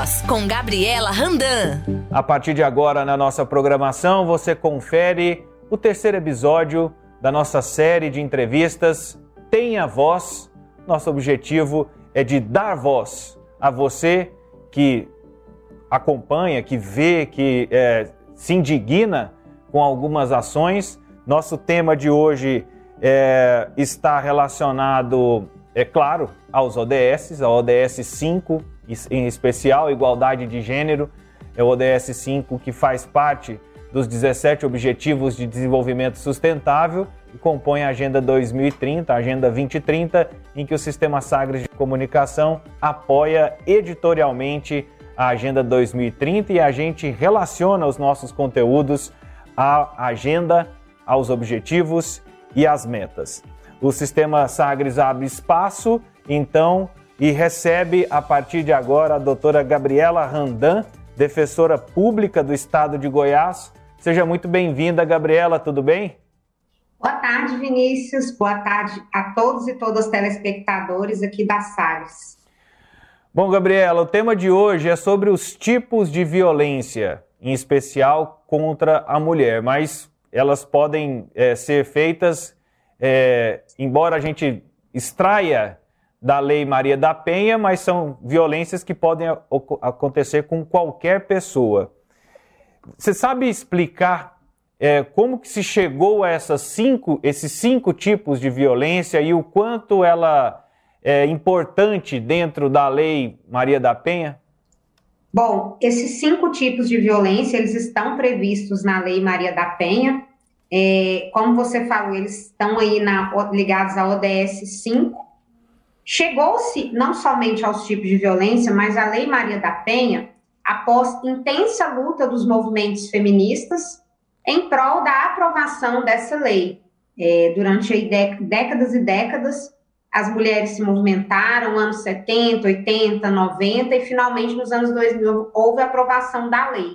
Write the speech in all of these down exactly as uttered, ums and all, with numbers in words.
Voz, com Gabriela Randan. A partir de agora, na nossa programação, você confere o terceiro episódio da nossa série de entrevistas Tenha Voz. Nosso objetivo é de dar voz a você que acompanha, que vê, que é, se indigna com algumas ações. Nosso tema de hoje é, está relacionado, é claro, aos O D S, a O D S cinco, em especial, Igualdade de Gênero. É o O D S cinco que faz parte dos dezessete Objetivos de Desenvolvimento Sustentável e compõe a Agenda dois mil e trinta, a Agenda vinte e trinta, em que o Sistema Sagres de Comunicação apoia editorialmente a Agenda dois mil e trinta e a gente relaciona os nossos conteúdos à agenda, aos objetivos e às metas. O Sistema Sagres abre espaço, então, e recebe a partir de agora a doutora Gabriela Randan, defensora pública do Estado de Goiás. Seja muito bem-vinda, Gabriela, tudo bem? Boa tarde, Vinícius. Boa tarde a todos e todas os telespectadores aqui da Sagres. Bom, Gabriela, o tema de hoje é sobre os tipos de violência, em especial contra a mulher, mas elas podem é, ser feitas, é, embora a gente extraia da Lei Maria da Penha, mas são violências que podem acontecer com qualquer pessoa. Você sabe explicar é, como que se chegou a essas cinco, esses cinco tipos de violência e o quanto ela é importante dentro da Lei Maria da Penha? Bom, esses cinco tipos de violência, eles estão previstos na Lei Maria da Penha. É, como você falou, eles estão aí na, ligados à O D S cinco. Chegou-se não somente aos tipos de violência, mas a Lei Maria da Penha, após intensa luta dos movimentos feministas, em prol da aprovação dessa lei. É, durante aí, décadas e décadas, as mulheres se movimentaram, anos setenta, oitenta, noventa, e finalmente nos anos dois mil houve a aprovação da lei.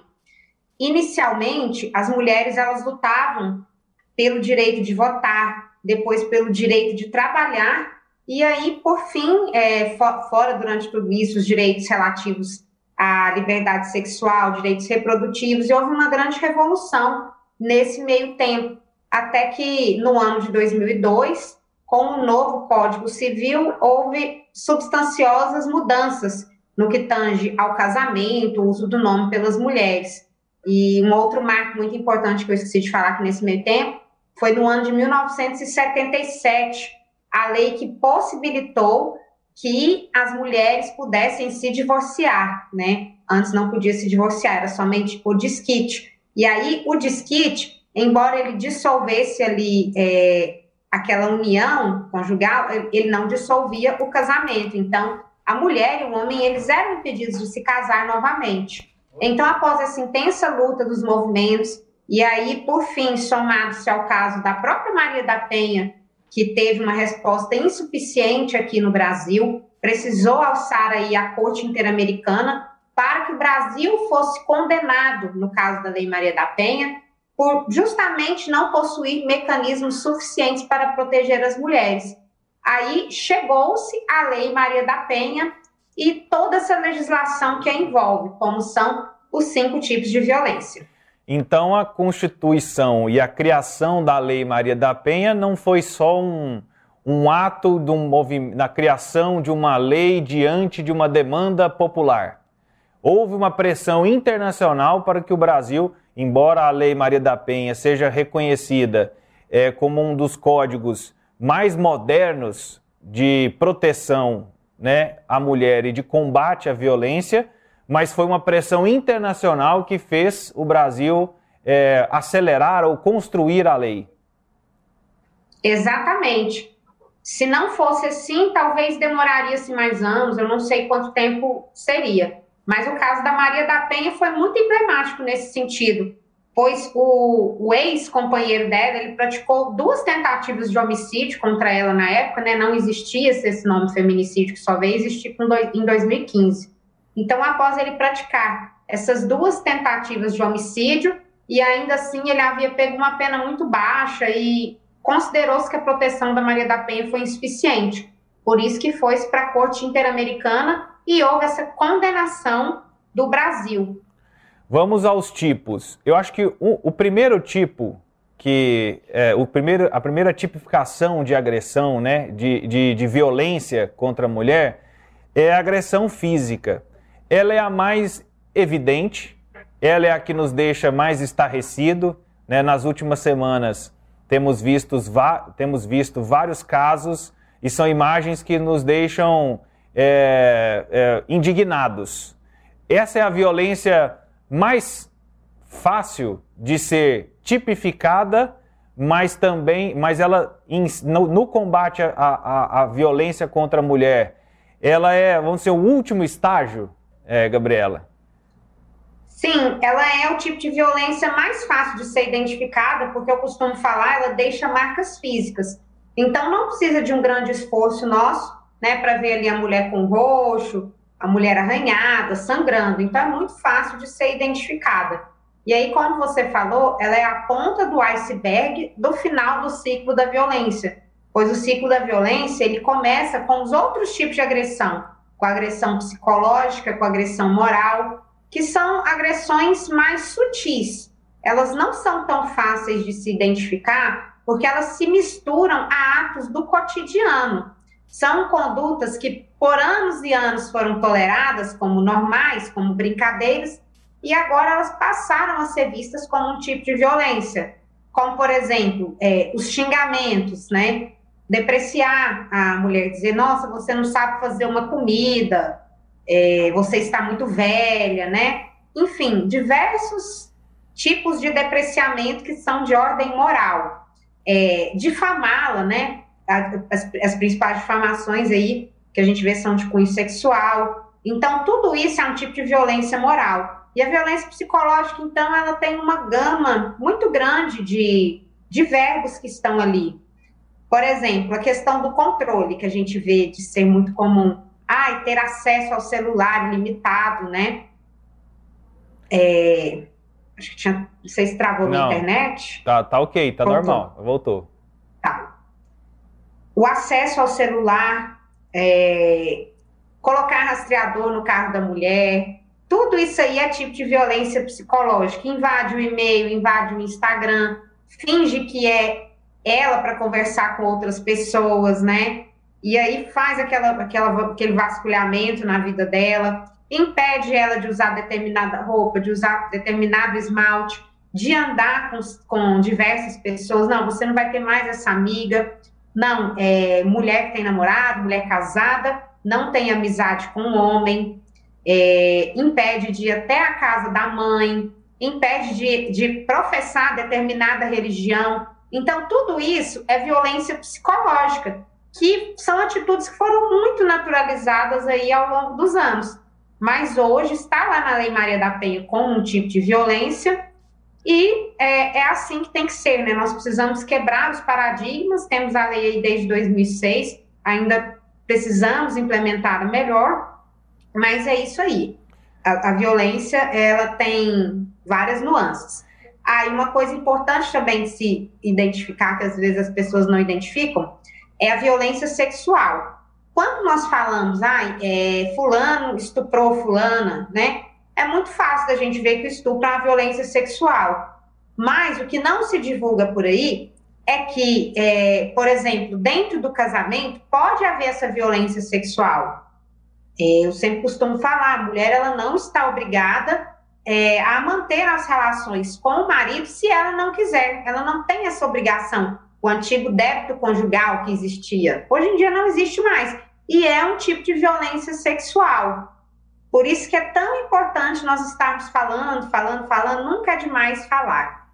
Inicialmente, as mulheres elas lutavam pelo direito de votar, depois pelo direito de trabalhar, e aí, por fim, é, for, fora durante tudo isso, os direitos relativos à liberdade sexual, direitos reprodutivos, e houve uma grande revolução nesse meio tempo, até que no ano de dois mil e dois, com o novo Código Civil, houve substanciosas mudanças no que tange ao casamento, o uso do nome pelas mulheres. E um outro marco muito importante que eu esqueci de falar aqui nesse meio tempo, foi no ano de mil novecentos e setenta e sete, a lei que possibilitou que as mulheres pudessem se divorciar, né? Antes não podia se divorciar, era somente o desquite. E aí, o desquite, embora ele dissolvesse ali é, aquela união conjugal, ele não dissolvia o casamento. Então, a mulher e o homem, eles eram impedidos de se casar novamente. Então, após essa intensa luta dos movimentos, e aí, por fim, somado-se ao caso da própria Maria da Penha, que teve uma resposta insuficiente aqui no Brasil, precisou alçar aí a Corte Interamericana para que o Brasil fosse condenado, no caso da Lei Maria da Penha, por justamente não possuir mecanismos suficientes para proteger as mulheres. Aí chegou-se a Lei Maria da Penha e toda essa legislação que a envolve, como são os cinco tipos de violência. Então, a Constituição e a criação da Lei Maria da Penha não foi só um, um ato de um movimento, na criação de uma lei diante de uma demanda popular. Houve uma pressão internacional para que o Brasil, embora a Lei Maria da Penha seja reconhecida é, como um dos códigos mais modernos de proteção, né, à mulher e de combate à violência, mas foi uma pressão internacional que fez o Brasil é, acelerar ou construir a lei. Exatamente. Se não fosse assim, talvez demoraria-se mais anos, eu não sei quanto tempo seria. Mas o caso da Maria da Penha foi muito emblemático nesse sentido, pois o, o ex-companheiro dela, ele praticou duas tentativas de homicídio contra ela na época, né? Não existia esse nome feminicídio, que só veio existir em dois mil e quinze. Então, após ele praticar essas duas tentativas de homicídio, e ainda assim ele havia pego uma pena muito baixa e considerou-se que a proteção da Maria da Penha foi insuficiente. Por isso que foi para a Corte Interamericana e houve essa condenação do Brasil. Vamos aos tipos. Eu acho que o, o primeiro tipo, que é, o primeiro, a primeira tipificação de agressão, né, de, de, de violência contra a mulher, é a agressão física. Ela é a mais evidente, ela é a que nos deixa mais estarrecido, né? Nas últimas semanas temos visto, temos visto vários casos e são imagens que nos deixam é, é, indignados. Essa é a violência mais fácil de ser tipificada, mas também, mas ela no, no combate à, à, à violência contra a mulher, ela é, vamos dizer, o último estágio, é, Gabriela? Sim, ela é o tipo de violência mais fácil de ser identificada, porque eu costumo falar, ela deixa marcas físicas. Então não precisa de um grande esforço nosso, né, para ver ali a mulher com roxo, a mulher arranhada, sangrando. Então, é muito fácil de ser identificada. E aí, como você falou, ela é a ponta do iceberg do final do ciclo da violência. Pois o ciclo da violência, ele começa com os outros tipos de agressão. Com a agressão psicológica, com a agressão moral, que são agressões mais sutis. Elas não são tão fáceis de se identificar, porque elas se misturam a atos do cotidiano. São condutas que por anos e anos foram toleradas como normais, como brincadeiras, e agora elas passaram a ser vistas como um tipo de violência. Como, por exemplo, é, os xingamentos, né? Depreciar a mulher, dizer, nossa, você não sabe fazer uma comida, é, você está muito velha, né? Enfim, diversos tipos de depreciamento que são de ordem moral. É, difamá-la, né? As, as principais difamações aí que a gente vê são de cunho sexual. Então, tudo isso é um tipo de violência moral. E a violência psicológica, então, ela tem uma gama muito grande de, de verbos que estão ali. Por exemplo, a questão do controle, que a gente vê de ser muito comum. Ah, ter acesso ao celular ilimitado, né? É, acho que tinha, não sei se travou Não, na internet. Tá, tá ok, tá Voltou. normal, voltou. Tá. O acesso ao celular, é, colocar rastreador no carro da mulher, tudo isso aí é tipo de violência psicológica. Invade o e-mail, invade o Instagram, finge que é ela para conversar com outras pessoas, né? E aí faz aquela, aquela, aquele vasculhamento na vida dela, impede ela de usar determinada roupa, de usar determinado esmalte, de andar com, com diversas pessoas. Não, você não vai ter mais essa amiga. Não, é, mulher que tem namorado, mulher casada, não tem amizade com um homem, é, impede de ir até a casa da mãe, impede de, de professar determinada religião. Então, tudo isso é violência psicológica, que são atitudes que foram muito naturalizadas aí ao longo dos anos. Mas hoje está lá na Lei Maria da Penha como um tipo de violência. E é, é assim que tem que ser, né? Nós precisamos quebrar os paradigmas, temos a lei aí desde dois mil e seis, ainda precisamos implementar melhor, mas é isso aí. A, a violência, ela tem várias nuances. Ah, e uma coisa importante também de se identificar, que às vezes as pessoas não identificam, é a violência sexual. Quando nós falamos, ah, é, fulano estuprou fulana, né? É muito fácil da gente ver que o estupro é uma violência sexual. Mas o que não se divulga por aí é que, é, por exemplo, dentro do casamento, pode haver essa violência sexual. É, eu sempre costumo falar, a mulher ela não está obrigada é, a manter as relações com o marido se ela não quiser. Ela não tem essa obrigação. O antigo débito conjugal que existia, hoje em dia não existe mais. E é um tipo de violência sexual. Por isso que é tão importante nós estarmos falando, falando, falando, nunca é demais falar.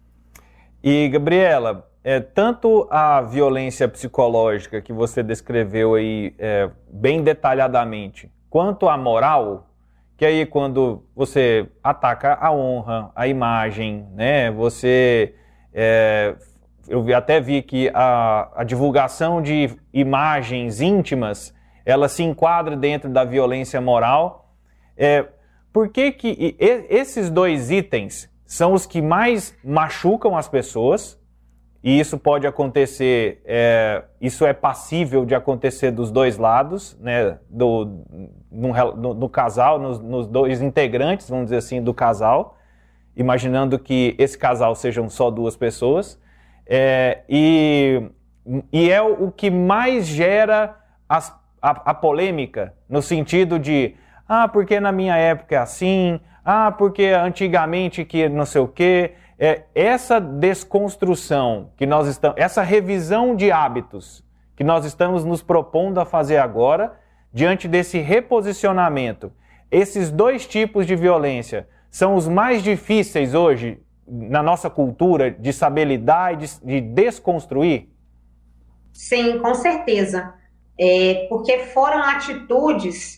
E, Gabriela, é, tanto a violência psicológica que você descreveu aí é, bem detalhadamente, quanto a moral, que aí quando você ataca a honra, a imagem, né, você... É, eu até vi que a, a divulgação de imagens íntimas, ela se enquadra dentro da violência moral. É, por que que esses dois itens são os que mais machucam as pessoas e isso pode acontecer, é, isso é passível de acontecer dos dois lados, né, do, no, no, no casal, nos, nos dois integrantes, vamos dizer assim, do casal, imaginando que esse casal sejam só duas pessoas, é, e, e é o que mais gera as, a, a polêmica, no sentido de, ah, porque na minha época é assim, ah, porque antigamente que não sei o quê. É, essa desconstrução que nós estamos, essa revisão de hábitos que nós estamos nos propondo a fazer agora, diante desse reposicionamento, esses dois tipos de violência são os mais difíceis hoje na nossa cultura de saber lidar e de, de desconstruir? Sim, com certeza. É, porque foram atitudes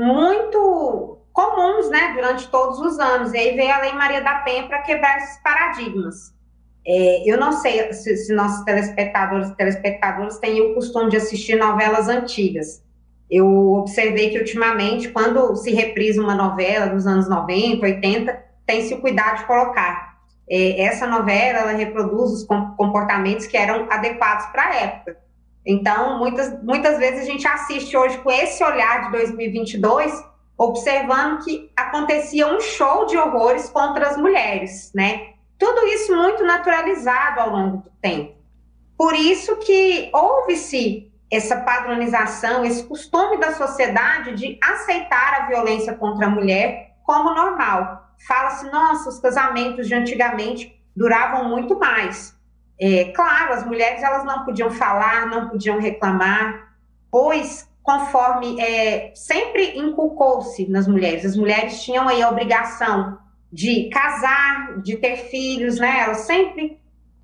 muito comuns, né, durante todos os anos. E aí veio a Lei Maria da Penha para quebrar esses paradigmas. É, eu não sei se, se nossos telespectadores e telespectadoras têm o costume de assistir novelas antigas. Eu observei que, ultimamente, quando se reprisa uma novela dos anos noventa, oitenta, tem-se o cuidado de colocar. É, essa novela, ela reproduz os comportamentos que eram adequados para a época. Então, muitas, muitas vezes a gente assiste hoje com esse olhar de dois mil e vinte e dois, observando que acontecia um show de horrores contra as mulheres, né? Tudo isso muito naturalizado ao longo do tempo. Por isso que houve-se essa padronização, esse costume da sociedade de aceitar a violência contra a mulher como normal. Fala-se, nossa, os casamentos de antigamente duravam muito mais. É, claro, as mulheres elas não podiam falar, não podiam reclamar, pois conforme é, sempre inculcou-se nas mulheres, as mulheres tinham aí a obrigação de casar, de ter filhos, né? Elas sempre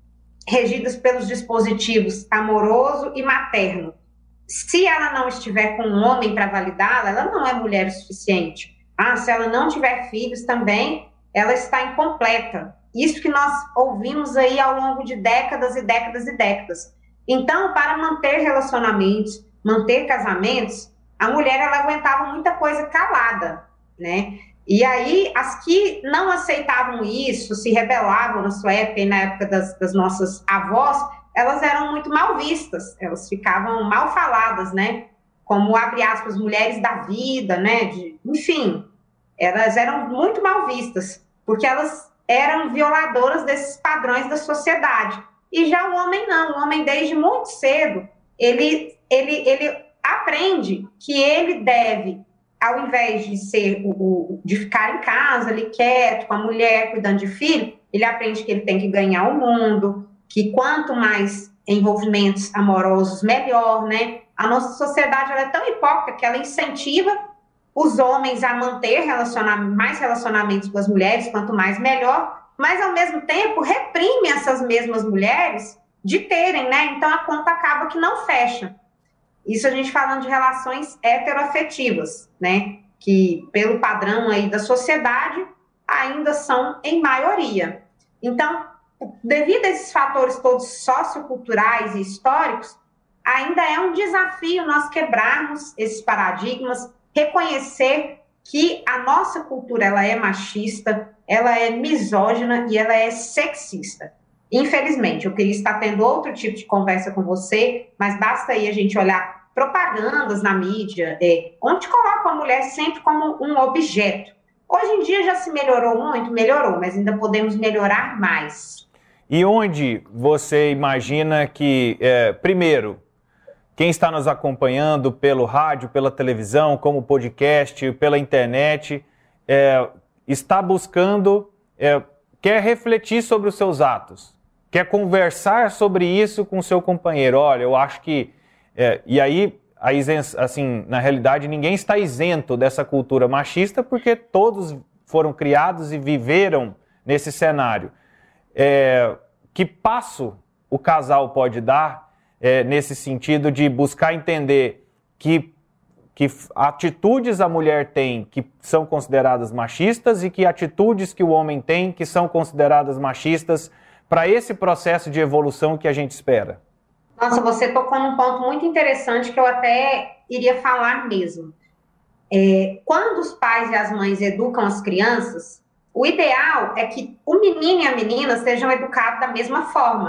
regidas pelos dispositivos amoroso e materno. Se ela não estiver com um homem para validá-la, ela não é mulher o suficiente. Ah, se ela não tiver filhos também, ela está incompleta. Isso que nós ouvimos aí ao longo de décadas e décadas e décadas. Então, para manter relacionamentos, manter casamentos, a mulher ela aguentava muita coisa calada, né? E aí, as que não aceitavam isso, se rebelavam na sua época e na época das, das nossas avós, elas eram muito mal vistas, elas ficavam mal faladas, né? Como, abre aspas, mulheres da vida, né? De, enfim, elas eram muito mal vistas, porque elas eram violadoras desses padrões da sociedade. E já o homem não, o homem desde muito cedo, ele, ele, ele aprende que ele deve, ao invés de ser o, o, de ficar em casa ali quieto, com a mulher, cuidando de filho, ele aprende que ele tem que ganhar o mundo, que quanto mais envolvimentos amorosos, melhor, né? A nossa sociedade ela é tão hipócrita que ela incentiva os homens a manter relacionamento, mais relacionamentos com as mulheres, quanto mais melhor, mas ao mesmo tempo reprime essas mesmas mulheres de terem, né? Então a conta acaba que não fecha. Isso a gente falando de relações heteroafetivas, né? Que pelo padrão aí da sociedade ainda são em maioria. Então, devido a esses fatores todos socioculturais e históricos, ainda é um desafio nós quebrarmos esses paradigmas, reconhecer que a nossa cultura ela é machista, ela é misógina e ela é sexista. Infelizmente, eu queria estar tendo outro tipo de conversa com você, mas basta aí a gente olhar propagandas na mídia, é, onde coloca a mulher sempre como um objeto. Hoje em dia já se melhorou muito, melhorou, mas ainda podemos melhorar mais. E onde você imagina que, é, primeiro, quem está nos acompanhando pelo rádio, pela televisão, como podcast, pela internet, é, está buscando, é, quer refletir sobre os seus atos, quer conversar sobre isso com o seu companheiro. Olha, eu acho que... É, e aí, a isen, assim, na realidade, ninguém está isento dessa cultura machista porque todos foram criados e viveram nesse cenário. É, que passo o casal pode dar é, nesse sentido de buscar entender que, que atitudes a mulher tem que são consideradas machistas e que atitudes que o homem tem que são consideradas machistas para esse processo de evolução que a gente espera? Nossa, você tocou num ponto muito interessante que eu até iria falar mesmo. É, quando os pais e as mães educam as crianças, o ideal é que o menino e a menina sejam educados da mesma forma.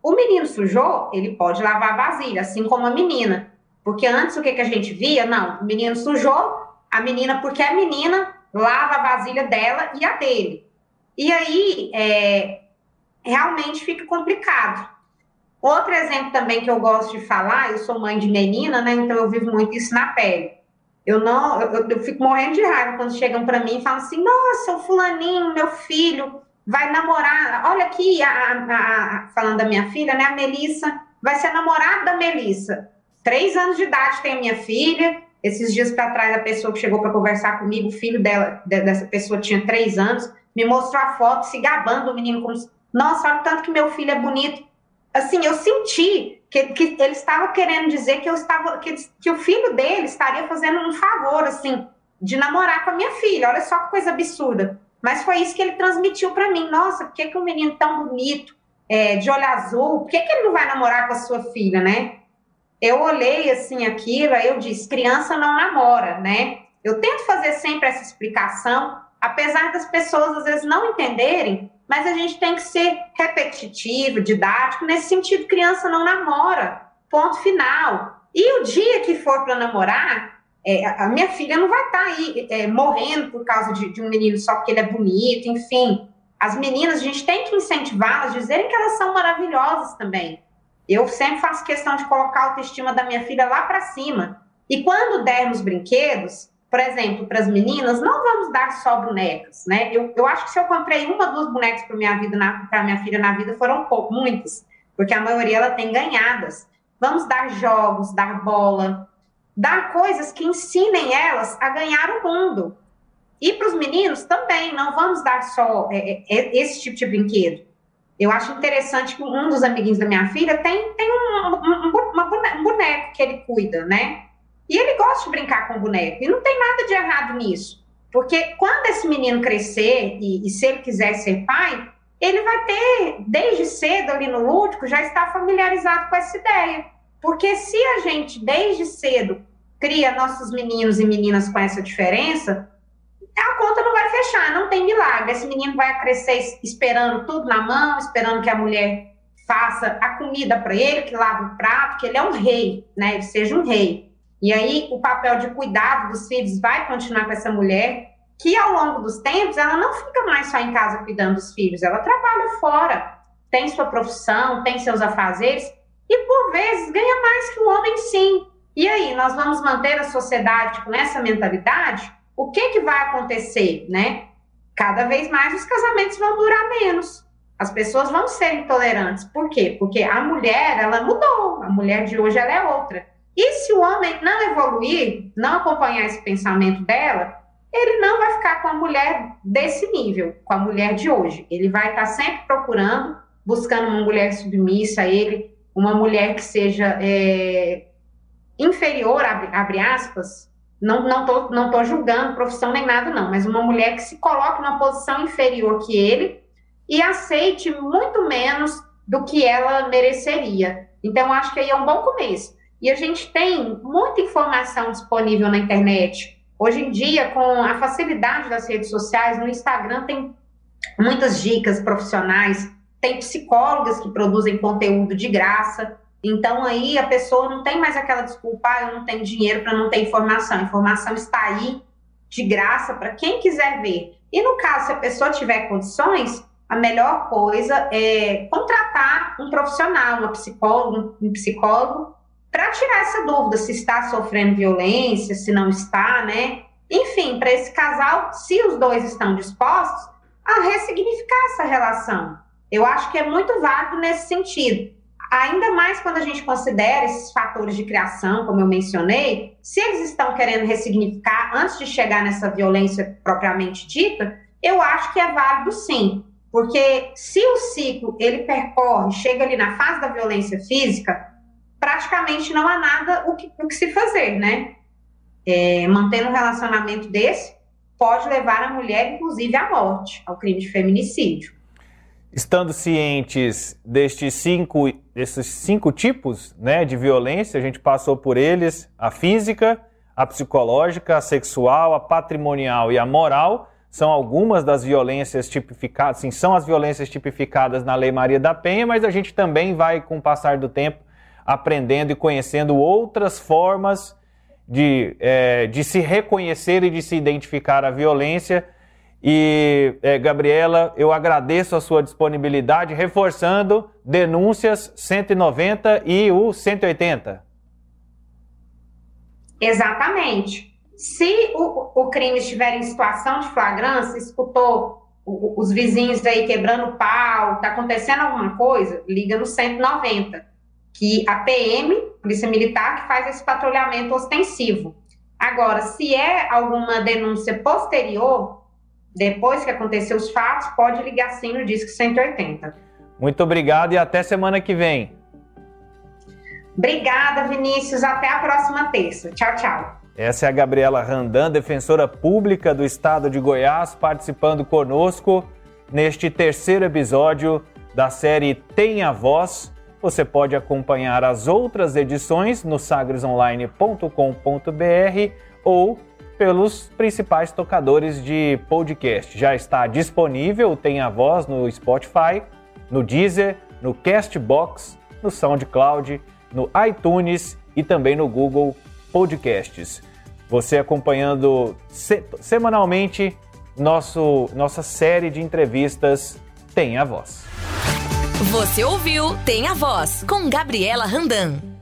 O menino sujou, ele pode lavar a vasilha, assim como a menina. Porque antes o que, que a gente via? Não, o menino sujou, a menina, porque a menina lava a vasilha dela e a dele. E aí, é, realmente fica complicado. Outro exemplo também que eu gosto de falar, eu sou mãe de menina, né? Então eu vivo muito isso na pele. Eu não, eu, eu fico morrendo de raiva quando chegam para mim e falam assim, nossa, o fulaninho, meu filho, vai namorar, olha aqui, a, a, a, falando da minha filha, né, a Melissa, vai ser namorada da Melissa. Três anos de idade tem a minha filha, esses dias para trás a pessoa que chegou para conversar comigo, o filho dela, dessa pessoa tinha três anos, me mostrou a foto se gabando do menino, como, nossa, olha o tanto que meu filho é bonito. Assim, eu senti que, que ele estava querendo dizer que, eu estava, que, que o filho dele estaria fazendo um favor, assim, de namorar com a minha filha. Olha só que coisa absurda. Mas foi isso que ele transmitiu para mim. Nossa, por que, que um menino tão bonito, é, de olho azul, por que, que ele não vai namorar com a sua filha, né? Eu olhei, assim, aquilo, aí eu disse, criança não namora, né? Eu tento fazer sempre essa explicação, apesar das pessoas, às vezes, não entenderem, mas a gente tem que ser repetitivo, didático, nesse sentido, criança não namora, ponto final. E o dia que for para namorar, é, a minha filha não vai estar tá aí é, morrendo por causa de, de um menino só porque ele é bonito, enfim. As meninas, a gente tem que incentivá-las, dizerem que elas são maravilhosas também. Eu sempre faço questão de colocar a autoestima da minha filha lá para cima. E quando dermos brinquedos, por exemplo, para as meninas, não vamos dar só bonecas, né? Eu, eu acho que se eu comprei uma, duas bonecas para minha vida, para minha filha na vida, foram pouco, muitas, porque a maioria ela tem ganhadas. Vamos dar jogos, dar bola, dar coisas que ensinem elas a ganhar o mundo. E para os meninos também, não vamos dar só é, é, esse tipo de brinquedo. Eu acho interessante que um dos amiguinhos da minha filha tem, tem um, um, uma boneco, um boneco que ele cuida, né? E ele gosta de brincar com o boneco. E não tem nada de errado nisso. Porque quando esse menino crescer, e, e se ele quiser ser pai, ele vai ter, desde cedo ali no lúdico, já estar familiarizado com essa ideia. Porque se a gente, desde cedo, cria nossos meninos e meninas com essa diferença, a conta não vai fechar, não tem milagre. Esse menino vai crescer esperando tudo na mão, esperando que a mulher faça a comida para ele, que lave o prato, que ele é um rei, né? Ele seja um rei. E aí o papel de cuidado dos filhos vai continuar com essa mulher, que ao longo dos tempos, ela não fica mais só em casa cuidando dos filhos, ela trabalha fora, tem sua profissão, tem seus afazeres, e por vezes ganha mais que o homem sim. E aí, nós vamos manter a sociedade com essa mentalidade? O que que vai acontecer, né? Cada vez mais os casamentos vão durar menos. As pessoas vão ser intolerantes. Por quê? Porque a mulher, ela mudou. A mulher de hoje, ela é outra. E se o homem não evoluir, não acompanhar esse pensamento dela, ele não vai ficar com a mulher desse nível, com a mulher de hoje. Ele vai estar sempre procurando, buscando uma mulher submissa a ele, uma mulher que seja é, inferior, abre, abre aspas, não não tô, não tô julgando profissão nem nada não, mas uma mulher que se coloque numa posição inferior que ele e aceite muito menos do que ela mereceria. Então, acho que aí é um bom começo. E a gente tem muita informação disponível na internet. Hoje em dia, com a facilidade das redes sociais, no Instagram tem muitas dicas profissionais, tem psicólogas que produzem conteúdo de graça. Então, aí a pessoa não tem mais aquela desculpa, ah, eu não tenho dinheiro para não ter informação. A informação está aí de graça para quem quiser ver. E no caso, se a pessoa tiver condições, a melhor coisa é contratar um profissional, uma psicóloga, um psicólogo, para tirar essa dúvida, se está sofrendo violência, se não está, né? Enfim, para esse casal, se os dois estão dispostos a ressignificar essa relação. Eu acho que é muito válido nesse sentido. Ainda mais quando a gente considera esses fatores de criação, como eu mencionei, se eles estão querendo ressignificar antes de chegar nessa violência propriamente dita, eu acho que é válido sim. Porque se o ciclo, ele percorre, chega ali na fase da violência física, praticamente não há nada o que, o que se fazer, né? É, manter um relacionamento desse pode levar a mulher, inclusive, à morte, ao crime de feminicídio. Estando cientes destes cinco, desses cinco tipos, né, de violência, a gente passou por eles, a física, a psicológica, a sexual, a patrimonial e a moral. são algumas das violências tipificadas, sim, são as violências tipificadas na Lei Maria da Penha, mas a gente também vai, com o passar do tempo, aprendendo e conhecendo outras formas de, é, de se reconhecer e de se identificar a violência. E, é, Gabriela, eu agradeço a sua disponibilidade, reforçando denúncias cento e noventa e o cento e oitenta. Exatamente. Se o, o crime estiver em situação de flagrância, escutou o, os vizinhos aí quebrando pau, está acontecendo alguma coisa, liga no cento e noventa, que a P M, Polícia Militar, que faz esse patrulhamento ostensivo. Agora, se é alguma denúncia posterior, depois que aconteceu os fatos, pode ligar sim no Disque cento e oitenta. Muito obrigado e até semana que vem. Obrigada, Vinícius. Até a próxima terça. Tchau, tchau. Essa é a Gabriela Randan, defensora pública do estado de Goiás, participando conosco neste terceiro episódio da série Tenha Voz. Você pode acompanhar as outras edições no sagres online ponto com ponto b r ou pelos principais tocadores de podcast. Já está disponível o Tenha Voz no Spotify, no Deezer, no Castbox, no SoundCloud, no iTunes e também no Google Podcasts. Você acompanhando se- semanalmente nosso, nossa série de entrevistas Tenha Voz. Você ouviu Tenha Voz com Gabriela Randan.